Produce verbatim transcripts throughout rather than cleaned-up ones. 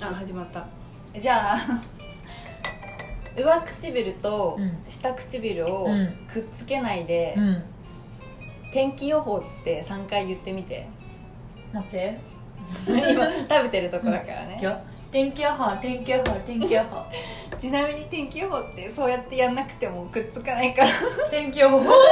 あ、始まった。じゃあ上唇と下唇をくっつけないで、うんうん、天気予報ってさんかい言ってみて。 待って今食べてるとこだからね。 天気予報天気予報天気予報ちなみに天気予報ってそうやってやんなくてもくっつかないから天気予報本当だ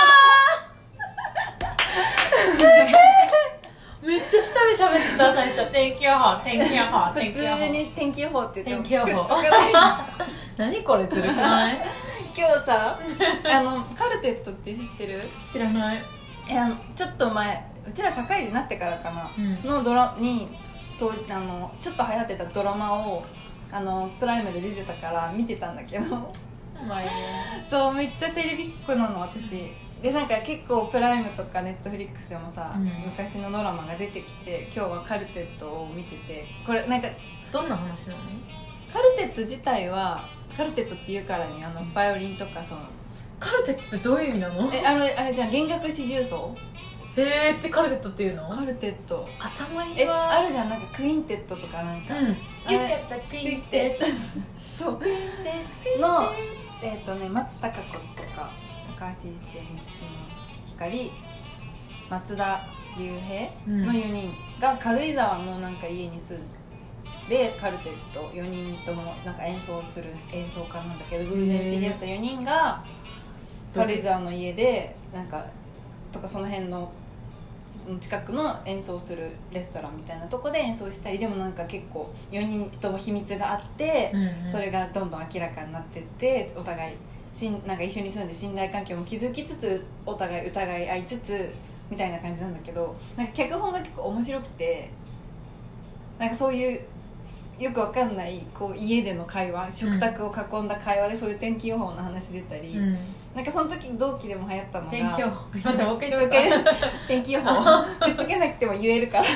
めっちゃ下で喋ってた最初。天気予報天気予報普通に天気予報って言ってもくっつかない何これずるくない今日さあのカルテットって知ってる？ 知らない。 えあのちょっと前うちら社会人になってからかな、うん、のドラに当時あのちょっと流行ってたドラマをあのプライムで出てたから見てたんだけどそうめっちゃテレビっ子なの私で。なんか結構プライムとかネットフリックスでもさ、うん、昔のドラマが出てきて今日はカルテットを見てて、これなんかどんな話なの？ カルテット自体はカルテットっていうからにあのバイオリンとかそのカルテットってどういう意味なの？ えあのあれじゃん弦楽四重奏へーってカルテットっていうの？ カルテット頭いいわ。 えあるじゃんなんかクインテットとかなんか、うん、 よかったクインテットそうクインテットのえっ、ー、とね松たか子とか高橋一生、満島ひかり、松田龍平のよにんが軽井沢のなんか家に住んでカルテットよにんともなんか演奏する演奏家なんだけど、偶然知り合ったよにんが軽井沢の家でなんかとかその辺のその近くの演奏するレストランみたいなとこで演奏したり、でもなんか結構よにんとも秘密があって、うんうん、それがどんどん明らかになってってお互いしんなんか一緒に住んで信頼関係も築きつつお互い疑い合いつつみたいな感じなんだけど、なんか脚本が結構面白くて、なんかそういうよくわかんないこう家での会話、食卓を囲んだ会話でそういう天気予報の話出たり、うん、なんかその時同期でも流行ったのが天気予報待ってもう一回言っちゃった天気予報くっつけなくても言えるから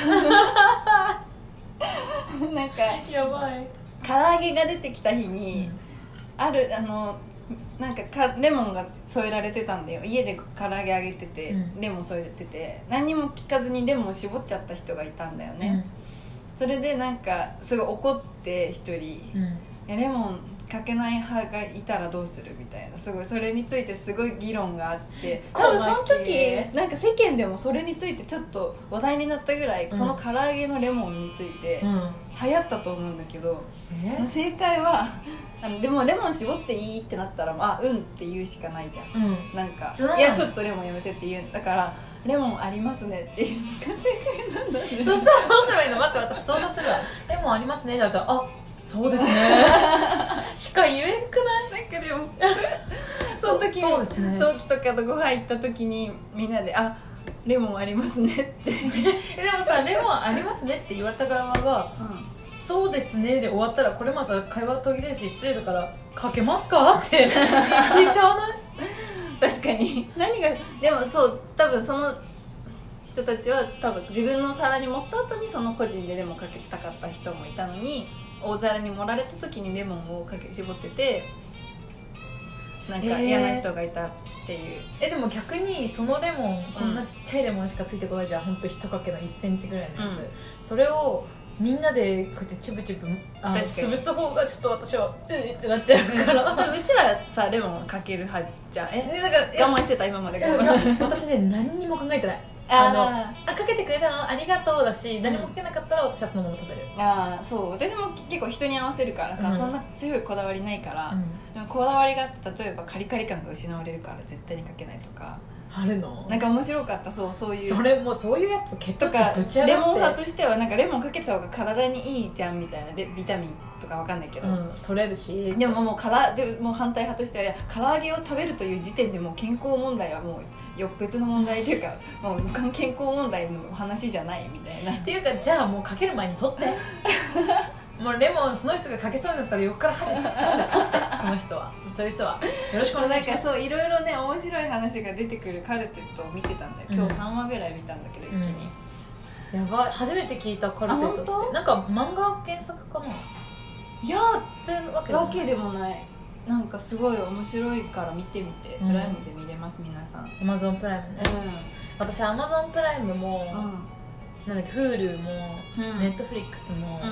なんかやばい唐揚げが出てきた日に、うん、あるあのなんかかレモンが添えられてたんだよ。家で唐揚げ揚げてて、うん、レモン添えてて何にも聞かずにレモン絞っちゃった人がいたんだよね、うん、それでなんかすごい怒って一人、うん、いやレモンかけない派がいたらどうするみたいな、すごいそれについてすごい議論があって、多分その時なんか世間でもそれについてちょっと話題になったぐらい、うん、その唐揚げのレモンについて流行ったと思うんだけど、うん、正解はあのでもレモン絞っていいってなったらあうんって言うしかないじゃん、うん、なんかいやちょっとレモンやめてって言うんだからレモンありますねっていうのが正解なんだね。 そしたらどうすればいいの？待って私想像するわ。レモンありますねだったらあそうですねしか言えんくない？ なんかでもその時そうですね、 同期とかとご飯行った時にみんなであレモンありますねってでもさレモンありますねって言われた側が、うん、そうですねで終わったらこれまた会話途切れるし失礼だからかけますかって聞いちゃわない？ 確かに何がでもそう多分その人たちは多分自分の皿に盛った後にその個人でレモンかけたかった人もいたのに、大皿に盛られた時にレモンをかけ絞っててなんか嫌な人がいたっていう、 えー、えでも逆にそのレモンこんなちっちゃいレモンしかついてこないじゃん、うん、ほんと一かけのいっセンチぐらいのやつ、うん、それをみんなでこうやってチュブチュブあ潰す方がちょっと私はうーってなっちゃうから、 うん、うちらさレモンかける派じゃん。え、ね、なんか我慢してた今まで私ね何にも考えてない。あのあかけてくれたのありがとうだし、何もかけなかったら私はそのまま食べる。 ああそう私も結構人に合わせるからさ、うん、そんな強いこだわりないから、うん、でもこだわりがあって例えばカリカリ感が失われるから絶対にかけないとかあるの？ なんか面白かった。そうそういうそれもそういうやつ血糖値ぶち上がってレモン派としてはなんかレモンかけた方が体にいいじゃんみたいなでビタミンとかわかんないけど、うん、 取れるしでももうからでもう反対派としては唐揚げを食べるという時点でもう健康問題はもうよ別の問題というかもう健康問題の話じゃないみたいなっていうかじゃあもうかける前に取ってもうレモンその人がかけそうになったら横から箸突っ込んで取ってその人はそういう人はよろしくお願いします。 そうなんかそういろいろね面白い話が出てくるカルテットを見てたんだよ。今日さんわぐらい見たんだけど、うん、一気に、 うん、やばい初めて聞いたカルテットってなんか漫画原作かな。 いやそういうわけわけでもない。なんかすごい面白いから見てみて、うん、プライムで見れます皆さん。 Amazon プライムね、うん、私 Amazon プライムも、うん、なんだっけ Hulu も、うん、Netflix も、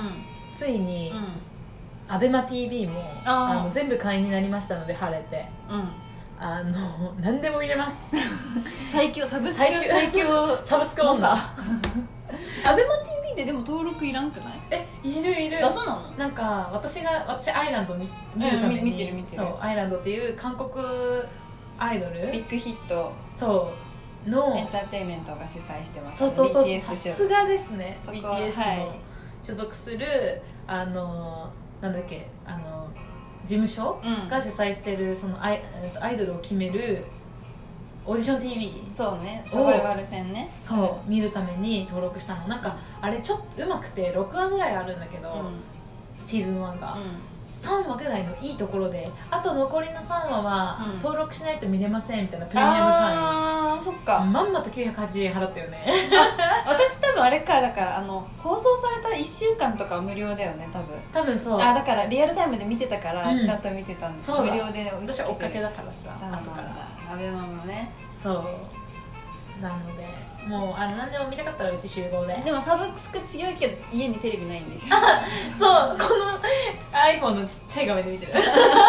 ついに、 うん、 アベマ ティービー もああの全部会員になりましたので、晴れて、 うん、 あの何でも見れます最強サブスク最強最強サブスク女アベマ ティービー ってでも登録いらんくない？ え、いるいる。 あ、そうなの？ なんか私が私アイランドを見見るために、 うん、見てる見てる。 そうアイランドっていう韓国アイドルビッグヒットそうのエンターテインメントが主催してます、 そうそうそう、 ビーティーエスさすがですね。 そこビーティーエスはいの所属するあのなんだっけあの事務所うんが主催してるそのアイ、アイドルを決めるオーディション ティービー、 そうね、サバイバル戦ね。 そう、見るために登録したの。なんかあれちょっとうまくてろくわぐらいあるんだけど、 うん、 シーズンワンが、 うん、 さんわぐらいのいいところで、あと残りのさんわはうん登録しないと見れませんみたいなプレミアム会員、 あー、そっか。 まんまときゅうひゃくはちじゅうえん払ったよね私多分あれか、だからあの放送されたいっしゅうかんとかは無料だよね、多分。 多分そう。 あ、だからリアルタイムで見てたから、 うんちゃんと見てたんです。 そうだ、 無料で私は追っかけだからさ、 スターなん後からだ。アベマもね。 そうなので、もうあの何でも見たかったらうち集合で。 でもサブスク強いけど家にテレビないんでしょそう、この iPhone のちっちゃい画面で見てる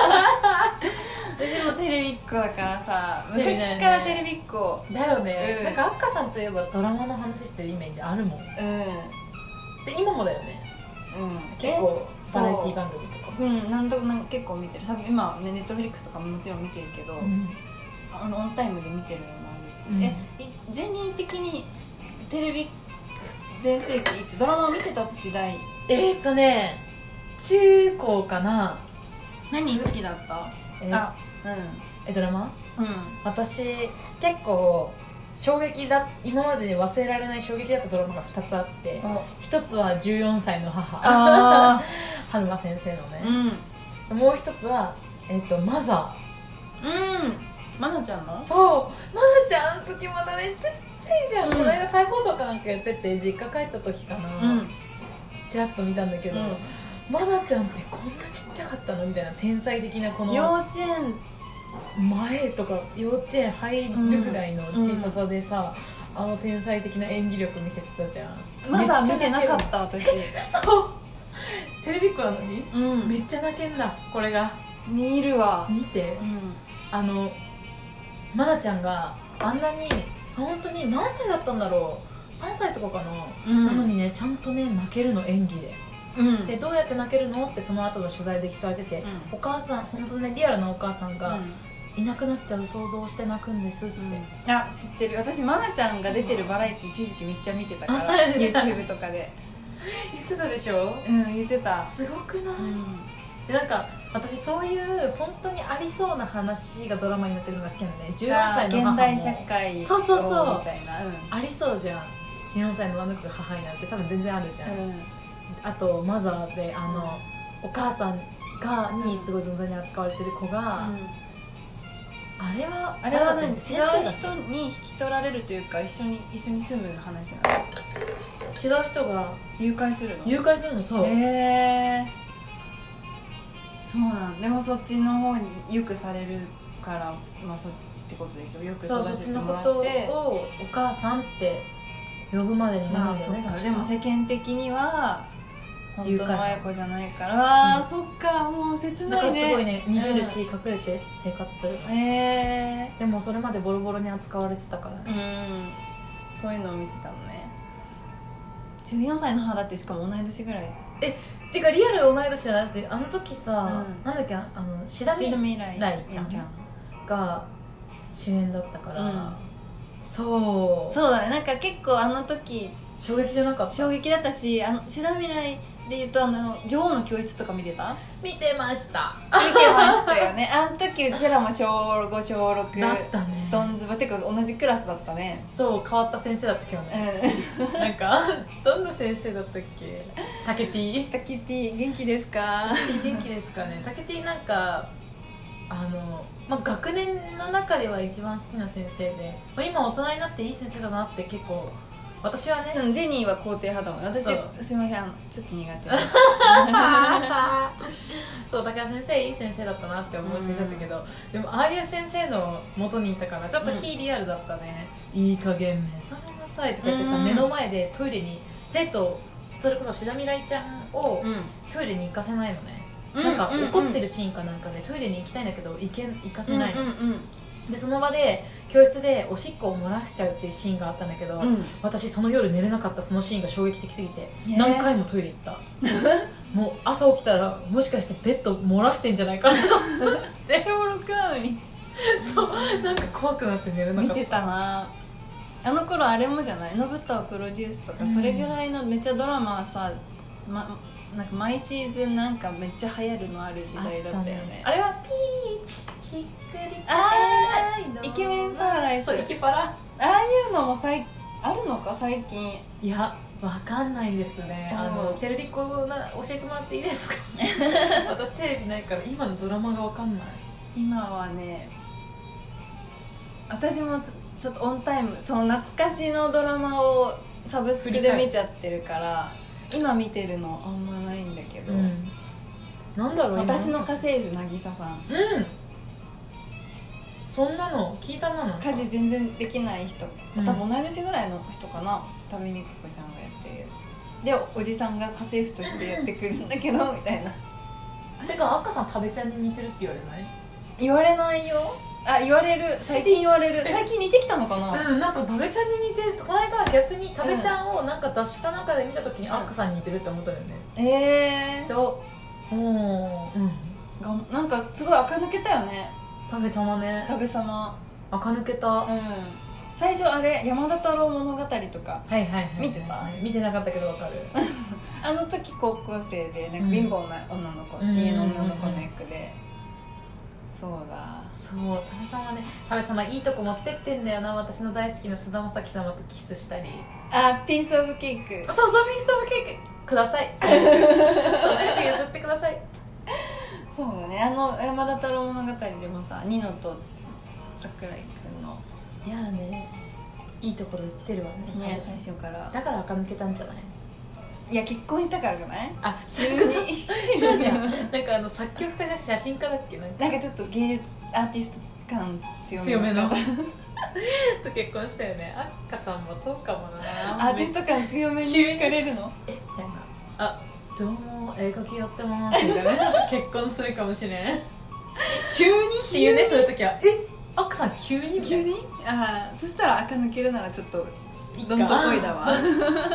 私もテレビっ子だからさ、 テレビだよね昔からテレビっ子。 だよね、 うん、 なんかアッカさんといえばドラマの話してるイメージあるもん。 うんで今もだよね、 うん、 結構バラエティ番組とか。 うん、なんとなんか結構見てる。今ね、ネットフリックスとかももちろん見てるけど、 うん、 あのオンタイムで見てるのもあるし、 うん、 えジェニー的にテレビ全盛期いつドラマを見てた時代？ えー、っとね中高かな。 何好きだった？ えあ、 えドラマ、 うんうん、 私結構衝撃だ、今までで忘れられない衝撃だったドラマがふたつあって、ひとつはじゅうよんさいの母、 あ春馬先生のね、 うん、 もう一つは、えー、っとマザーうんマナちゃんの？ そうマナちゃんの時まだめっちゃちっちゃいじゃん、うん、この間再放送かなんかやってて実家帰った時かな、うん、ちらっと見たんだけど、うん、マナちゃんってこんなちっちゃかったのみたいな、天才的なこの幼稚園前とか幼稚園入るぐらいの小ささでさ、うん、あの天才的な演技力見せてたじゃん。 まだ見てなかった私そうテレビっ子なのに、 うん、 めっちゃ泣けんだこれが。 見るわ見て、 うん、 あのマナちゃんがあんなに本当に何歳だったんだろう、さんさいとかかな、うん、なのにねちゃんとね泣けるの演技で、うん、でどうやって泣けるのってその後の取材で聞かれてて、うん、お母さん本当ねリアルなお母さんが、うん、いなくなっちゃう想像をして泣くんですって、うん、 あ知ってる。私マナちゃんが出てるバラエティ一時期めっちゃ見てたから YouTube とかで言ってたでしょ。 うん言ってた。 すごくない、うん、でなんか私そういう本当にありそうな話がドラマになってるのが好きなのね。じゅうよんさいの母も現代社会そうそうそうみたいな、うん、 ありそうじゃん。じゅうよんさいの女の子が母になるって多分全然あるじゃん、 うん、 あとマザーであの、うん、お母さんがにすごい存在に扱われてる子が、うん、あれはあれは何違う人に引き取られるというか一緒に一緒に住む話なの？ 違う人が誘拐するの？ 誘拐するの。そうへえー、そうなんでもそっちの方によくされるからまあそってことでしょ。よく育ててもらってそうそっちのことをお母さんって呼ぶまでになるんだよね、 まあ、でも世間的には本当の親子じゃないから。ああそっかもう切ないね。 だからすごいね逃げるし、うん、隠れて生活するの。 へえー、 でもそれまでボロボロに扱われてたからね。 うんそういうのを見てたのね。じゅうよんさいの母だってしかも同い年ぐらい。 えってかリアル同い年じゃなくてあの時さ、うん、なんだっけあの志田未来ちゃんが主演だったから、うん、そうそうだね。なんか結構あの時衝撃じゃなかった？衝撃だったし、あの志田未来でいうとあの女王の教室とか見てた？ 見てました見てましたよね。あの時うちらもしょうごしょうろくだったね。 どんずばてか同じクラスだったね。 そう変わった先生だったけどね、うん、なんかどんな先生だったっけ？タケティタケティ元気ですか？ 元気ですかね。タケティなんかあの、まあ、学年の中では一番好きな先生で、まあ、今大人になっていい先生だなって結構私はね、 うん、ジェニーは肯定派だもん。私すいませんちょっと苦手ですそう高橋先生いい先生だったなって思う先生だったけど、うん、でもああいう先生の元にいたからちょっと非リアルだったね、うん、いい加減目覚めなさいとか言ってさ、うん、目の前でトイレに生徒それこそ志田未来ちゃんをうんトイレに行かせないのね、 うんなんかうんうん怒ってるシーンかなんかでトイレに行きたいんだけど行け行かせないの、 うんうんでその場で教室でおしっこを漏らしちゃうっていうシーンがあったんだけど、 うん私その夜寝れなかった。そのシーンが衝撃的すぎてね何回もトイレ行ったもう朝起きたらもしかしてベッド漏らしてんじゃないかなと思って小ろくなのにそうなんか怖くなって寝れなかった。 見てたなあの頃。あれもじゃない信太をプロデュースとか、 うんそれぐらいのめっちゃドラマはさ、ま、なんか毎シーズンなんかめっちゃ流行るのある時代だったよね。 あれはピーチひっくりあ返りのイケメンパラダイス。 そうイケパラ。 ああいうのもさいあるのか最近。 いやわかんないですね。あのうんテレビっ子な教えてもらっていいですか私テレビないから今のドラマがわかんない。 今はね、私もちょっとオンタイムその懐かしのドラマをサブスクで見ちゃってるから今見てるのあんまないんだけど、 うんなんだろう今私の家政婦渚さん、 うんそんなの聞いたなの家事全然できない人、 うん多分同い年ぐらいの人かな、多部未華子ちゃんがやってるやつで、おじさんが家政婦としてやってくるんだけどみたいな。 てか赤さん食べちゃんに似てるって言われない言われないよ。あ、言われる、最近言われる。最近似てきたのかな。 うん、なんか食べちゃんに似てる。この間は逆に食べちゃんをなんか雑誌かなんかで見た時にうんアッカさんに似てるって思ったよね。 えで、おおうんー、がなんかすごい垢抜けたよね、 食べ様ね。 食べ様。 垢抜けた。 うん、 はい最初あれ山田太郎物語とかはいはい。 見てた見てなかったけどわかる。 あの時高校生でなんか貧乏な女の子、 うん家の女の子の役で、そうだ。 そう食べ様ね。食べ様いいとこ持ってってんだよな。私の大好きな菅田将暉様とキスしたり。 あ、ピースオブケーク。 そうそうピースオブケーキください。そうやって譲ってください。 そうだね、あの山田太郎物語でもさ、ニノと桜井くんのいやーねいいところ売ってるわね。 ね、最初からだから垢抜けたんじゃない。 いや結婚したからじゃない。 あ普通普通ににそうじゃん。なんかあの作曲家じゃ写真家だっけなんかなんかちょっと芸術アーティスト感強め強めの方と結婚したよね。あっかさんもそうかもな。 アーティスト感強めに惹かれるの。 えみたいな。あどうも絵描きやってますみたいな。結婚するかもしれん。っ急にていうねそういう時はえあっかさん急に急に。ああ、そしたら垢抜けるならちょっといいかどんとこいだわ。 い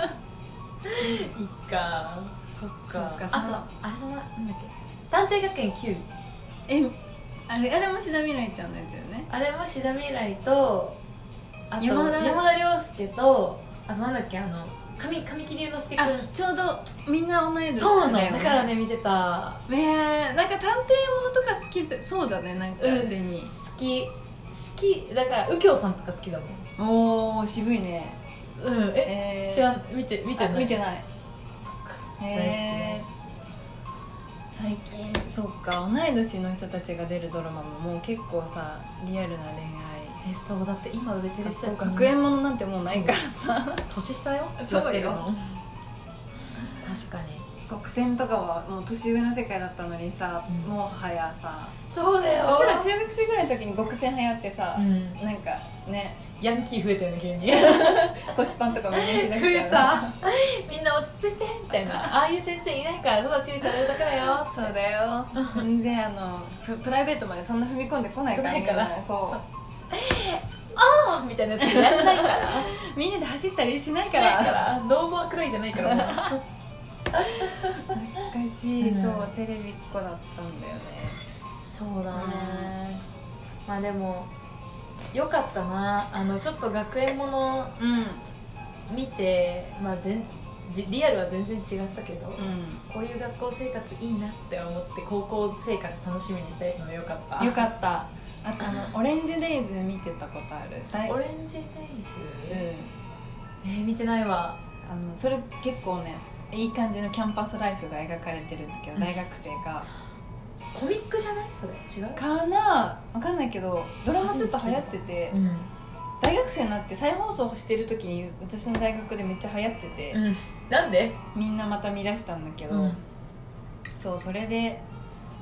っかそっか。 そっかあとそのあれのなんだっけ探偵学園きゅう。 え、あれあれも志田未来ちゃんのやつよね。 あれも志田未来とあと山田山田涼介とあとなんだっけあの神神木隆之介くあ、 ん。 ちょうどみんな同い年そうなのだよね。 だからね見てた。 ねえ、なんか探偵ものとか好きで、そうだね、なんかうん全に。 好き好きだから右京さんとか好きだもん。 おー、渋いね。 うんえ、 えー知らん見て見てあ、 ない。 見てない。 そっかへー大好き最近そっか、同い年の人たちが出るドラマももう結構さ、リアルな恋愛、 えそうだって今売れてる人たち学園ものなんてもうないからさ。 年下よ。 そうよやってるの確かに極戦とかはもう年上の世界だったのにさ、 うんもはやさ、 そうだよ。 うちら中学生ぐらいの時に極戦流行ってさ、 うんなんかね、 ヤンキー増えたよね急に腰パンとかみんなしだした増よね。 えたみんな落ち着いてみたいな。ああいう先生いないからただ注意されるだけだよ。 そうだよ。全然あのププライベートまでそんな踏み込んでこないから。 ないからみんなそうそうああみたいなやつやらないからみんなで走ったりしないしかないかららノーマーくらいじゃないからもう懐かしい、 うんそうテレビっ子だったんだよね。 そうだね、まあでもよかったな。あのちょっと学園ものうん見て、まあ、全リアルは全然違ったけど、 うこういう学校生活いいなって思って高校生活楽しみにしたりするのよかった。 ん、よかった。あとあのオレンジデイズ見てたことある。大オレンジデイズ、 うん、 えー、見てないわ。 あのそれ結構ねいい感じのキャンパスライフが描かれてるんだけど、 うん大学生がコミックじゃないそれ違うかなわかんないけどドラマちょっと流行ってて、 うん、 大学生になって再放送してる時に私の大学でめっちゃ流行ってて、 うん、なんで、 みんなまた見出したんだけど、 うん、 そうそれで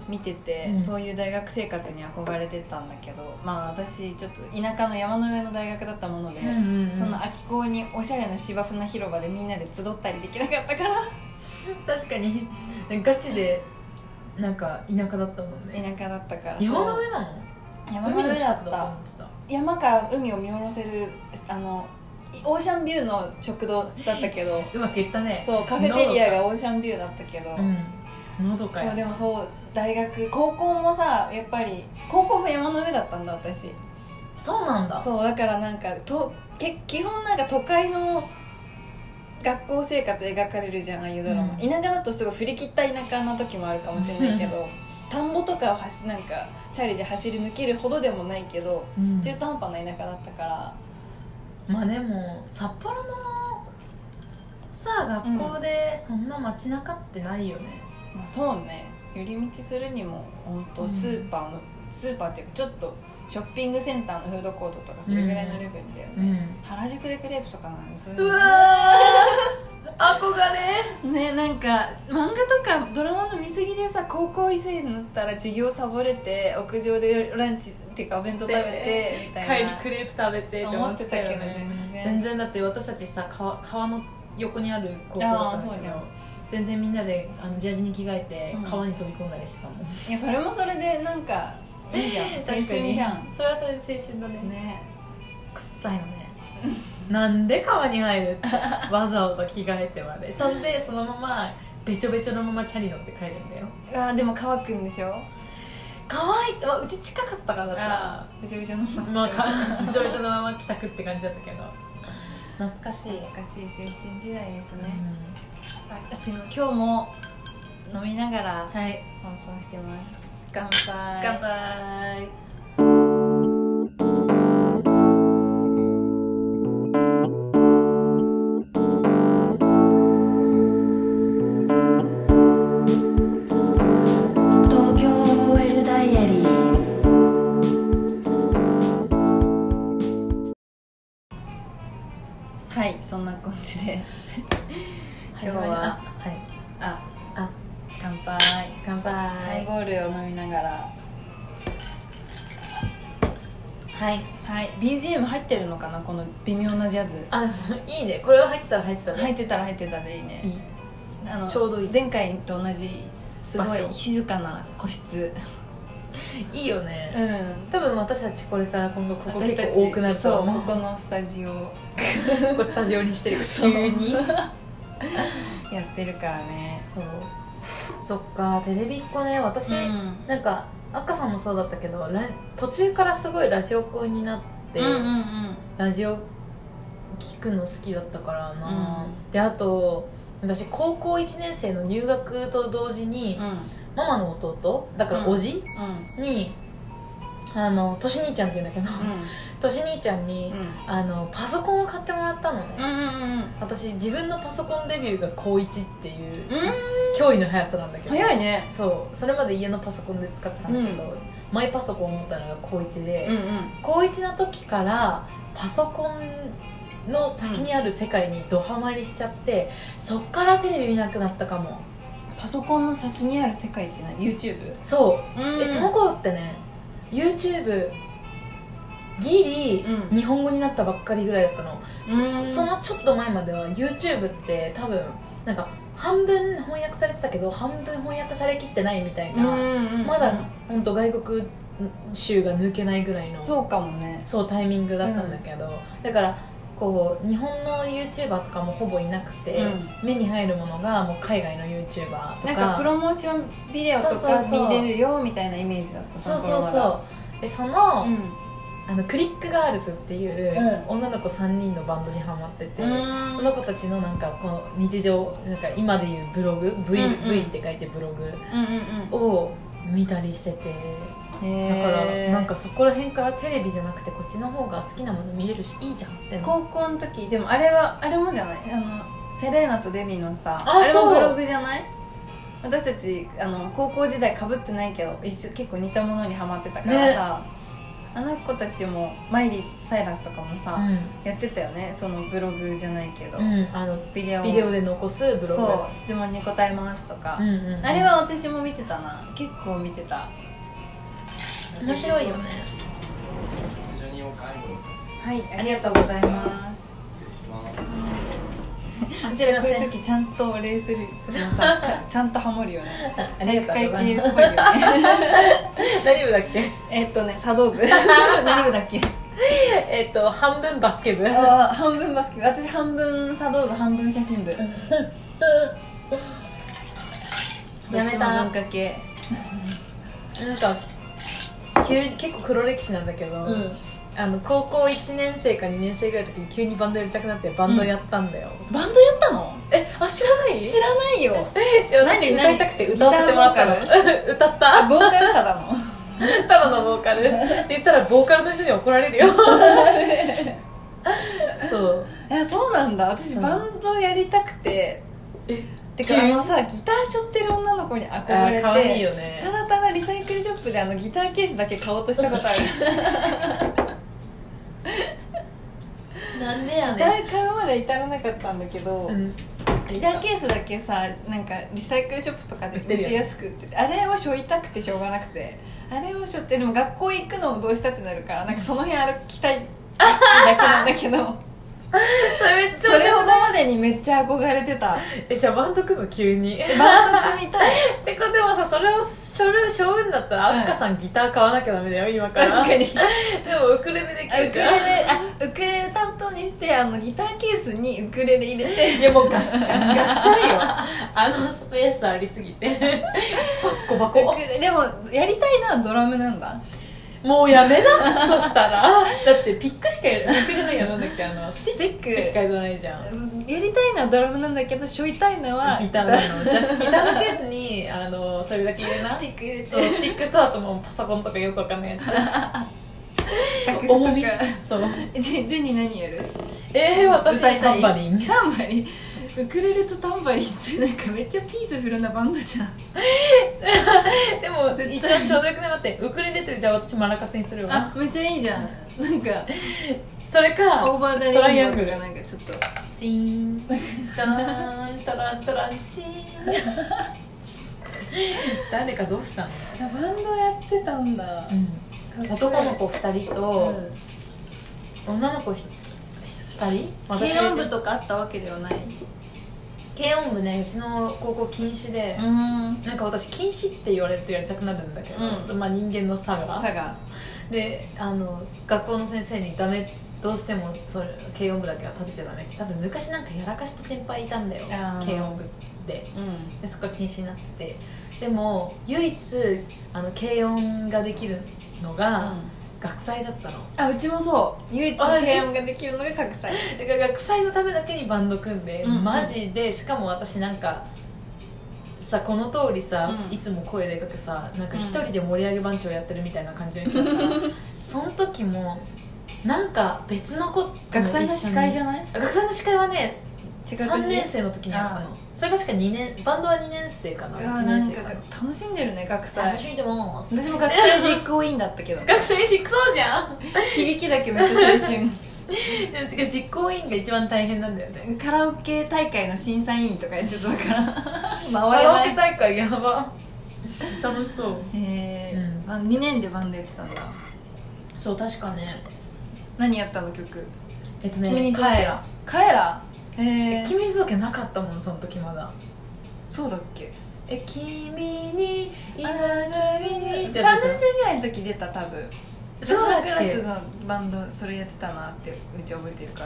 見てて、 うん、 そういう大学生活に憧れてたんだけど、まあ私ちょっと田舎の山の上の大学だったもので、 うんうんうん、 その秋高におしゃれな芝生な広場でみんなで集ったりできなかったから確かにガチでなんか田舎だったもんね。 田舎だったから。 山の上なの？ 山の上だった。 海の近くだと思ってた。 山から海を見下ろせるあのオーシャンビューの食堂だったけどうまくいったね。 そうカフェテリアがオーシャンビューだったけど、うん、 のどかや。 そうでもそう大学高校もさやっぱり高校も山の上だったんだ私。 そうなんだ。 そうだからなんかとけ基本なんか都会の学校生活描かれるじゃんああいうドラマ、うん、田舎だとすごい振り切った田舎な時もあるかもしれないけど田んぼとかを走なんかチャリで走り抜けるほどでもないけど、うん、中途半端な田舎だったから。 まあでも札幌のさ学校でそんな街中ってないよね、 うん、まあそうね。寄り道するにも本当スーパーの、うん、スーパーっていうかちょっとショッピングセンターのフードコートとかそれぐらいのレベルだよね、うんうん、原宿でクレープとかなんでそういうの、 うわー憧れね。なんか漫画とかドラマの見過ぎでさ高校生になったら授業サボれて屋上でランチっていうかお弁当食べてみたいな帰りクレープ食べてって思ってたけど、ね、全然全然だって私たちさ 川, 川の横にある高校だったんだけど全然みんなであのジャージに着替えて川に飛び込んだりしてたもん、うん、 いやそれもそれでなんかいいじゃん青春じゃん。 それはそれで青春だね。 ねくっさいのねなんで川に入るってわざわざ着替えてまでそんでそのままべちょべちょのままチャリ乗って帰るんだよ。 あでも乾くんでしょ。 乾いて、まあ、うち近かったからさべちょべちょのまま、 まあ、べちょべちょのまま帰宅って感じだったけど懐かしい懐かしい青春時代ですね、うん、あ私も今日も飲みながら放送してます、はい、乾杯乾杯。 はい、そんな感じで今日ははいああ乾杯乾杯。 ハイボールを飲みながらはいはい ビージーエム 入ってるのかなこの微妙なジャズ。 あいいねこれは入ってたら入ってたね。 入ってたら入ってたでいいね。いいあのちょうどいい。 前回と同じすごい静かな個室いいよね。 うん多分私たちこれから今後ここ結構多くなると思う。 そうここのスタジオここスタジオにしてる急にやってるからね。 そうそっかテレビっ子ね私、うん、なんか赤さんもそうだったけどラ途中からすごいラジオっ子になって、うんうんうん、ラジオ聞くの好きだったからな、うん、であと私高校いちねん生の入学と同時に、うん、ママの弟だからおじ、うん、にあのとし兄ちゃんって言うんだけど、とし兄ちゃんに、うん、あのパソコンを買ってもらったのね、うんうんうん、私自分のパソコンデビューが高いちっていう、うん、驚異の速さなんだけど早いね。 そうそれまで家のパソコンで使ってたんだけど、うん、マイパソコンを持ったのが高いちで、うんうん、高いちの時からパソコンの先にある世界にドハマりしちゃって、うん、そっからテレビ見なくなったかも。 パソコンの先にある世界って何 YouTube？ そう、うん、えその頃ってね YouTube ギリ、うん、日本語になったばっかりぐらいだったの、うん、そ, そのちょっと前までは YouTube って多分なんか半分翻訳されてたけど半分翻訳されきってないみたいな、うんうんうん、まだ本当外国州が抜けないぐらいのそうかもねそうタイミングだったんだけど、うん、だからこう日本の YouTuber とかもほぼいなくて、うん、目に入るものがもう海外の YouTuber とかなんかプロモーションビデオとか見れるよみたいなイメージだった。 そうそうそうでその、うん、あのクリックガールズっていう、うん、女の子さんにんのバンドにハマってて、その子たちのなんかこの日常なんか今でいうブログ V,、うんうん、V って書いてブログを見たりしてて、だからなんかそこら辺からテレビじゃなくてこっちの方が好きなもの見れるしいいじゃんって高校の時でもあれはあれもじゃないあのセレーナとデミのさ あ, あれもブログじゃない。私たちあの高校時代かぶってないけど一緒結構似たものにハマってたからさ、ね、 あの子たちもマイリー・サイラスとかもさ、 うん、 やってたよね、そのブログじゃないけど、 うん、あのビデオビデオで残すブログ、 そう質問に答えますとか、 うんうんうん、 あれは私も見てたな、結構見てた。 面白いよね。 はい、ありがとうございます。うちらこういう時ちゃんとお礼するのさちゃんとハモるよね。体育会系っぽいよね。 何部だっけ？ えっとね茶道部。何部だっけ？ えっと半分バスケ部。 あ、半分バスケ部。私半分茶道部、半分写真部。やめた。文化系。 なんか急に結構黒歴史なんだけど、うん、あの高校いちねん生かにねん生ぐらいの時に急にバンドやりたくなってバンドやったんだよ、 うん、バンドやったの？ え、あ、知らない？ 知らないよ。 でも私歌いたくて歌わせてもらったの。歌った。 ボーカルただのただのボーカルって言ったらボーカルの人に怒られるよ。そう、 いや、そうなんだ。私バンドやりたくて、えてかあのさ、ギター背負ってる女の子に憧れて、 可愛いよね。 ただただリサイクルショップであのギターケースだけ買おうとしたことある。 なんでやねん。 ギター買うまで至らなかったんだけど、うん、ギターケースだけさ、なんかリサイクルショップとかでめっちゃ安く売ってて、あれを背負いたくてしょうがなくて、あれを背負って、でも学校行くのをどうしたってなるから、なんかその辺歩きたいだけなんだけど。 それめっちゃそれほどまでにめっちゃ憧れてた。 え、じゃあバンド組む急に。 バンド組みたい。 てかでもさ、それをしょるしょうんだったら、うん、あっかさんギター買わなきゃダメだよ今から。 確かに。 でもウクレレできるじゃん。 ウクレレ、あ、ウクレレ担当にして、あのギターケースにウクレレ入れて。 いやもうガッシャンガッシャンよ。あのスペースありすぎて。バッコバコ。 でもやりたいのはドラムなんだ。 もうやめな。そしたらだってピックしかやる、ピックじゃないよ、なんだっけ、あのスティックしかやらないじゃん。 やりたいのはドラムなんだけど、しょいたいのはギターなの。じゃあギターのケースにあのそれだけ入れな。 スティック入れて、 そう、スティックとあともうパソコンとかよくわかんないやつ。重み。そう。 ジェニー何やる？ えー、私タンバリン。 タンバリン。ウクレレとタンバリンってなんかめっちゃピースフルなバンドじゃん。 でも一応ちょうどよくなって、ウクレレとじゃあ私マラカスにするわ。 あ、めっちゃいいじゃん。なんかそれかオーバーザレインボーとかなんかちょっとチーンタランタランタランチーン。誰かどうしたの？ バンドやってたんだ、 うん、男の子ふたりと、うん、女の子ひとり。 軽音部とかあったわけではない。 軽音部ね、うちの高校禁止で、うん、なんか私禁止って言われるとやりたくなるんだけど、うん、まあ人間の差が差がで、あの学校の先生にダメ、どうしてもそれ軽音部だけは立てちゃダメって、多分昔なんかやらかした先輩いたんだよ、軽音部で、うん、でそこから禁止になってて、でも唯一あの軽音ができるのが、うん、学祭だったの。 あ、うちもそう。唯一軽音ができるのが学祭。 だから学祭のためだけにバンド組んで、うんうん、マジで。しかも私なんかさ、この通りさ、うん、いつも声でかくさ、なんか一人で盛り上げ番長やってるみたいな感じの人だったから、うん、その時もなんか別の子、 学祭の司会じゃない？ 学祭の司会はね、 違うさんねん生の時にあったの。それ確かにねん、バンドはにねん生かな。いちねん生かな。 楽しんでるね、学祭。 楽しんでも私も学祭実行委員だったけど。 学祭実行じゃん。 響きだけめっちゃ青春。 てか実行委員が一番大変なんだよね。 カラオケ大会の審査委員とかやってたから。 カラオケ大会やば。楽しそう。 へえ、うん、あ、にねんでバンドやってたんだ。 そう、確かね。 何やったの曲？ えっとね、君にカエラ。 カエラ？ えー、君に届けなかったもん、その時まだ。 そうだっけ？ え、君に今君にさんねん生ぐらいの時出た、多分。そうだっけ？私のクラスのバンドそれやってたなってめっちゃ覚えてるから。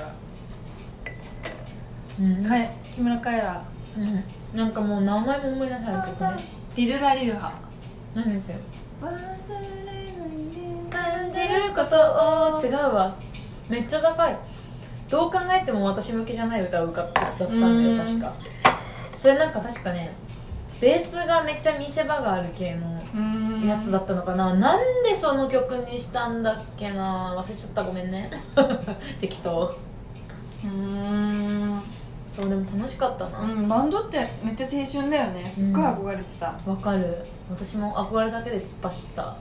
うん、かえ木村カエラ、 うん、なんかもう名前も思い出さないけどね。 リルラリルハ。 何言ってる？ 忘れないで感じることを。違うわ、めっちゃ高い。どう考えても私向けじゃない歌を歌ったんだよ、確か。それなんか確かね、ベースがめっちゃ見せ場がある系のやつだったのかな。なんでその曲にしたんだっけな、忘れちゃった、ごめんね。適当。うーん、そう、でも楽しかったな、 うん、バンドってめっちゃ青春だよね。すっごい憧れてた。わ、 うん、かる。私も憧れだけで突っ走った。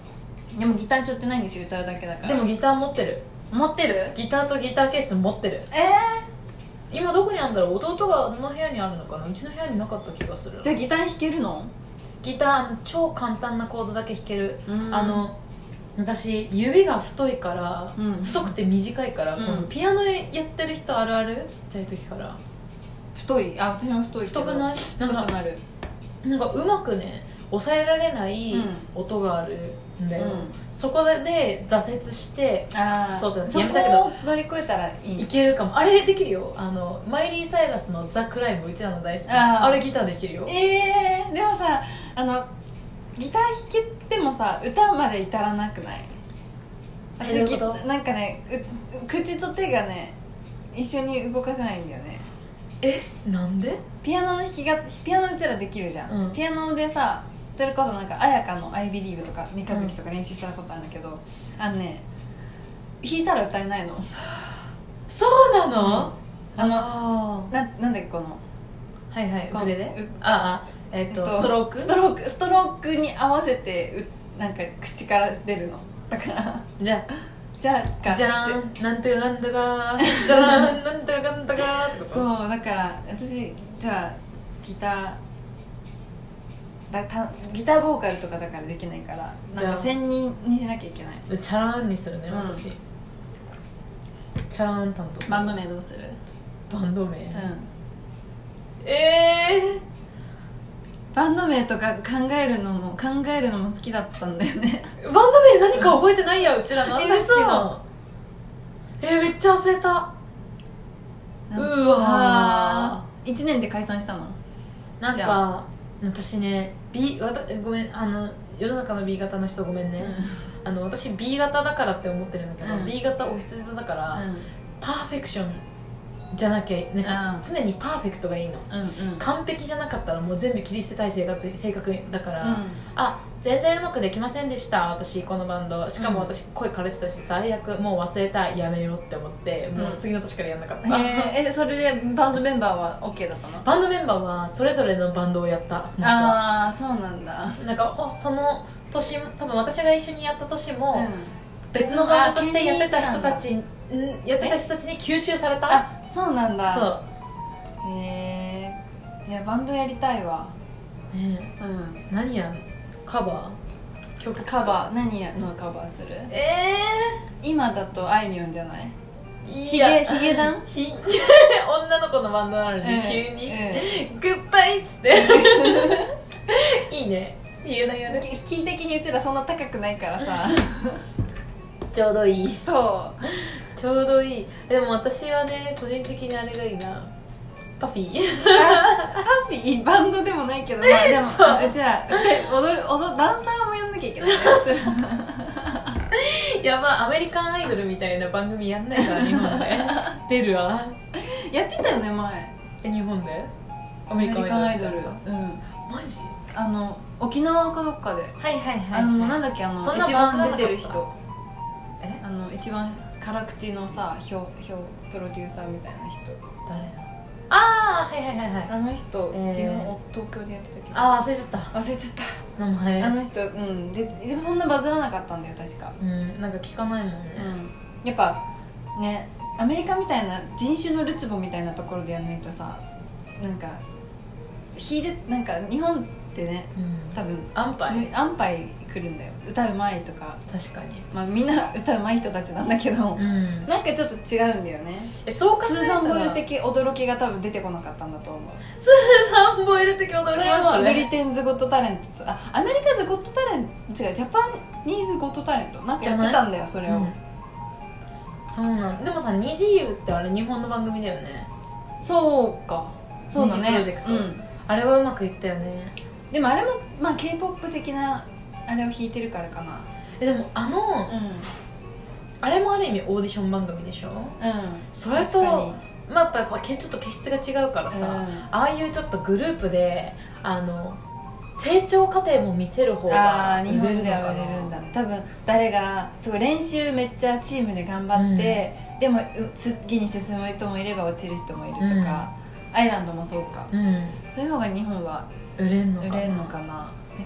でもギターしょってないんですよ、歌うだけだから。 でもギター持ってる。 持ってる？ ギターとギターケース持ってる。 え今どこにあるんだろう。弟がの部屋にあるのかな。うちの部屋になかった気がする。 ー、じゃあギター弾けるの？ ギター超簡単なコードだけ弾ける。 うんあの私指が太いから、 うん太くて短いから、 うんこのピアノやってる人あるある、ちっちゃい時から太い。あ、私も太いけど。 太くない？ 太くなる。 なんかうまくね抑えられない音があるんだよ、うん、そこで挫折してあそうだ、ね、 そやめたけどこを乗り越えたらいい。 いけるかも。あれできるよ。あのマイリー・サイラスのザ・クライム、うちらの大好きなあ, あれギターできるよ。 えー、でもさ、あのギター弾けてもさ歌まで至らなくない？ え、どういうこと？ なんかね、う口と手がね一緒に動かせないんだよね。 え、なんで？ ピアノの弾きがピアノうちらできるじゃん、うん、ピアノでさ、それこそなんか彩香の「I Believe」とか三日月とか練習したことあるんだけど、うん、あのね弾いたら歌えないの。 そうなの？ うん、あのななんだっけこのはいはい、ウクレレ？ああ、えっと、えっと、ストローク？ ストロークストロークに合わせてうなんか口から出るのだからじゃあじゃあかじゃらんなんてかんだかじゃらんなんてかんだかそうだから私じゃあギターだたギターボーカルとかだからできないからなんか専任にしなきゃいけない。 チャランにするね、うん、私チャラン担当する。 バンド名どうする？ バンド名、うん、ええー、バンド名とか考えるのも考えるのも好きだったんだよね。 バンド名何か覚えてないや、うちら。なんだっけな。えー、めっちゃ忘れた。うわー、いちねんで解散したの？ なんか私ね B わたごめん、あの世の中の B 型の人ごめんね、うん、あの私 B 型だからって思ってるんだけど、うん、B 型お羊座だから、うん、パーフェクションじゃなきゃなんか常にパーフェクトがいいの、うんうん、完璧じゃなかったらもう全部切り捨てたい性格性格だから、うん、あ全然うまくできませんでした私このバンド。しかも私声枯れてたし最悪もう忘れたいやめようって思って、うん、もう次の年からやんなかった。 えー、えそれでバンドメンバーは OK だったの？ バンドメンバーはそれぞれのバンドをやった。その後ああそうなんだ。 なんかその年多分私が一緒にやった年も、うん、別のバンドとしてやってた人たちやってた人たちに吸収された。 あそうなんだ。 そうへえー、いやバンドやりたいわ。 ねえ、うん、何やんカバー曲カバー何やのカバーする？ えー、今だとあいみょんじゃない？ ヒゲヒゲダンひ女の子のバンドなのに、うん、急に、 うん、 グッバイっつっていいね、ヒゲダンやる。 キー的にうちらそんな高くないからさちょうどいい。 そうちょうどいい。でも私はね個人的にあれがいいな、パフィー。 パフィーバンドでもないけど、まあ、でもうちら踊る踊るダンサーもやんなきゃいけないねうちら。 やば、アメリカンアイドルみたいな番組やんないから日本で出るわ。 やってたよね前。 え日本でアメリカンアイドル？うんマジ？ あの沖縄かどっかで。 はいはいはい、 あのなんだっけ、あの一番出てる人、えあの一番辛口のさ表表プロデューサーみたいな人誰だ？ああはいはいはいはい、 あの人、えー、っていうのを東京でやってたけど、 あ忘れちゃった忘れちゃった名前。 あの人、うんででもそんなバズらなかったんだよ確か。 うんなんか聞かないもんね、 うん、やっぱねアメリカみたいな人種のるつぼみたいなところでやんないとさ、なんか秀でなんか日本ってね、うん、多分安牌安牌来るんだよ、歌うまいとか。 確かに、 まあ、みんな歌うまい人たちなんだけど、うん、なんかちょっと違うんだよね。 えそう考えたらスーザン・ボイル的驚きが多分出てこなかったんだと思う。 スーザン・ボイル的驚きます。 それはブリテンズ・ゴット・タレントとあアメリカズ・ゴット・タレント違うジャパニーズ・ゴット・タレントなんかやってたんだよそれを、うん、 そうなんでもさ二次優ってあれ日本の番組だよね。 そうかそうだね、 プロジェクト、うん、あれはうまくいったよね。 でもあれも、まあ、K-ポップ 的なあれを弾いてるからかな。 えでもあの、うん、あれもある意味オーディション番組でしょ。うんそれとまあ、やっぱやっぱちょっと気質が違うからさ、うん、ああいうちょっとグループであの成長過程も見せる方が日本では売れるんだね多分。誰がすごい練習めっちゃチームで頑張って、うん、でも次に進む人もいれば落ちる人もいるとか、うん、アイランドもそうか、うん、そういう方が日本は売れるのかな。 売れるのかな。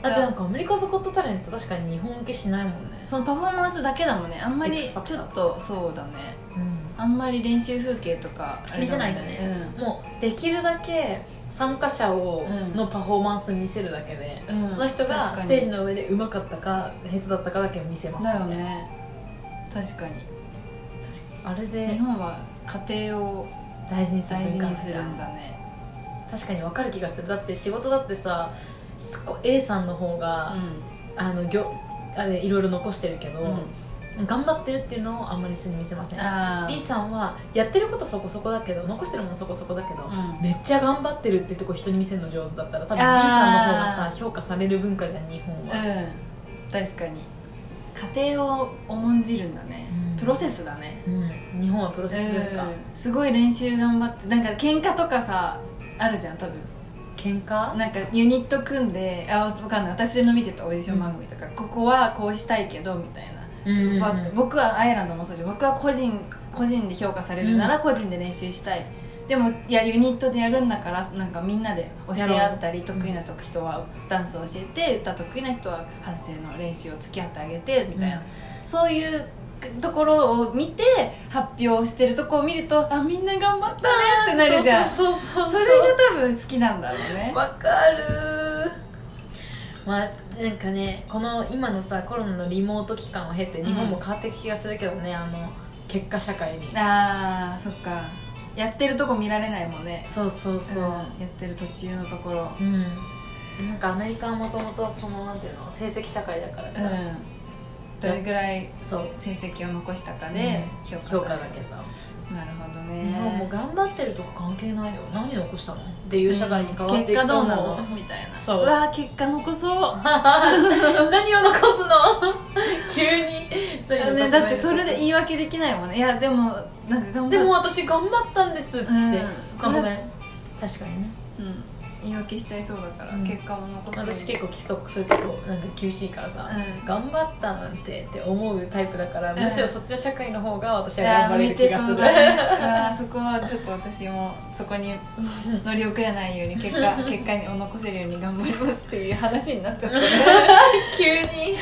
果あ、じゃあなんかアメリカズゴットタレント確かに日本受けしないもんね。 そのパフォーマンスだけだもんね。あんまりちょっとそうだね、うん、あんまり練習風景とかあれ見せないよね、うん、もうできるだけ参加者をのパフォーマンス見せるだけで、うん、その人がステージの上で上手かったか下手だったかだけ見せますよね。だよね、確かに。 あれで日本は家庭を大事にする大事にするんだね。 確かに分かる気がする。だって仕事だってさ、A さんの方が、うん、あのぎょあれいろいろ残してるけど、うん、頑張ってるっていうのをあんまり一緒に見せません。 B さんはやってることそこそこだけど残してるものそこそこだけど、うん、めっちゃ頑張ってるってとこ人に見せるの上手だったら多分 B さんの方がさ評価される文化じゃん日本は、 うん、確かに家庭を重んじるんだね、うん、プロセスだね、 うん、日本はプロセス文化、 うん、すごい練習頑張って、なんか喧嘩とかさあるじゃん多分。 喧嘩なんかユニット組んで、あ、分かんない、私の見てたオーディション番組とか、うん、ここはこうしたいけどみたいな、うんうんうん、僕はアイランドもそうじゃん、僕は個人個人で評価されるなら個人で練習したい、うん、でもいやユニットでやるんだからなんかみんなで教え合ったり、得意な人はダンスを教えて、歌得意な人は発声の練習を付き合ってあげてみたいな、うん、そういうところを見て発表してるとこを見ると、あ、みんな頑張ったねってなるじゃん。 そうそうそうそう、 それが多分好きなんだろうね。 わかる。まあなんかね、この今のさコロナのリモート期間を経て日本も変わっていく気がするけどね、うん、あの結果社会に。 あー、そっか、やってるとこ見られないもんね。 そうそうそう、うん、 やってる途中のところ、 うん、なんかアメリカはもともとそのなんていうの成績社会だからさ、うん、 どれぐらい成績を残したかで評価される、 評価だけど。 なるほどね。 日本も頑張ってるとか関係ないよ、何残したのっていう社会に変わっていくと思う、 結果どうなのみたいな。そう、うわー結果残そう何を残すの急にね、だってそれで言い訳できないもんね。いやでもなんか頑張っでも私頑張ったんですって、うん、ごめん、確かにね、 うん、言い訳しちゃいそうだから、うん、結果も残す。 私結構規則そういうとこなんか厳しいからさ、うん、頑張ったなんてって思うタイプだから、うん、むしろそっちの社会の方が私は頑張れる気がする。 あそこはちょっと私もそこに乗り遅れないように結果結果を残せるように頑張りますっていう話になっちゃったね急に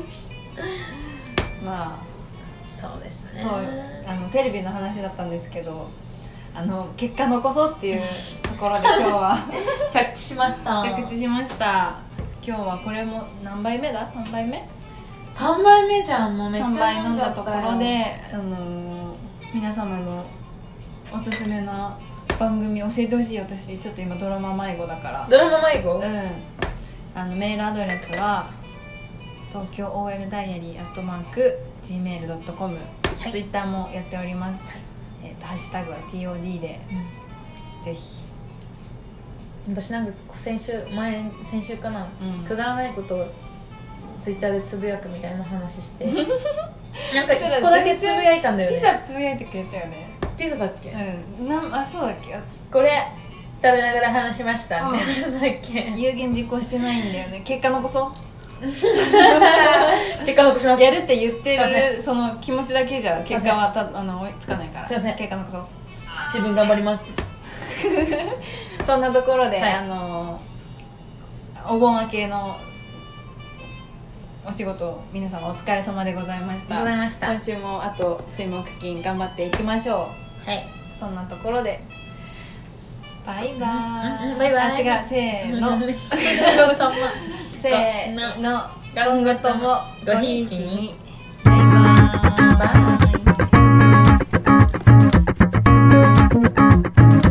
まあそうですね。 そう、あのテレビの話だったんですけど、あの結果残そうっていうところで今日は着地しました着地しました。今日はこれも何杯目だ ?さん 杯目さんばいめじゃん。もうめっちゃさんばい飲んだところで、あのー、皆様のおすすめな番組教えてほしい。私ちょっと今ドラマ迷子だから。 ドラマ迷子？ うん。あのメールアドレスは東京 オーエル ダイアリーアットマーク ジーメール ドットコム、はい、ツイッターもやっております、はい、えー、とハッシュタグは ティーオーディー で、うん、ぜひ。 私なんか先週前先週かな、 うん、 くだらないことをツイッターでつぶやくみたいな話してなんか一個だけつぶやいたんだよね。 ピザつぶやいてくれたよね。 ピザだっけ？ うん、なんあそうだっけ。 これ食べながら話しましたみたいな、さっけ有言実行してないんだよね。結果残そう結果残します。 やるって言ってるその気持ちだけじゃ結果はたあの追いつかないから。 すいません、 結果残そう。 自分頑張りますそんなところで、 はい、 あのお盆明けのお仕事皆様お疲れ様でございました。 ございました。 今週もあと水木金頑張っていきましょう。 はい、 そんなところでバイバーイ、 うんうん、バイバイ。 あ、違う、せーのせーの、今後ともごひいきに。バイバーイ。バイ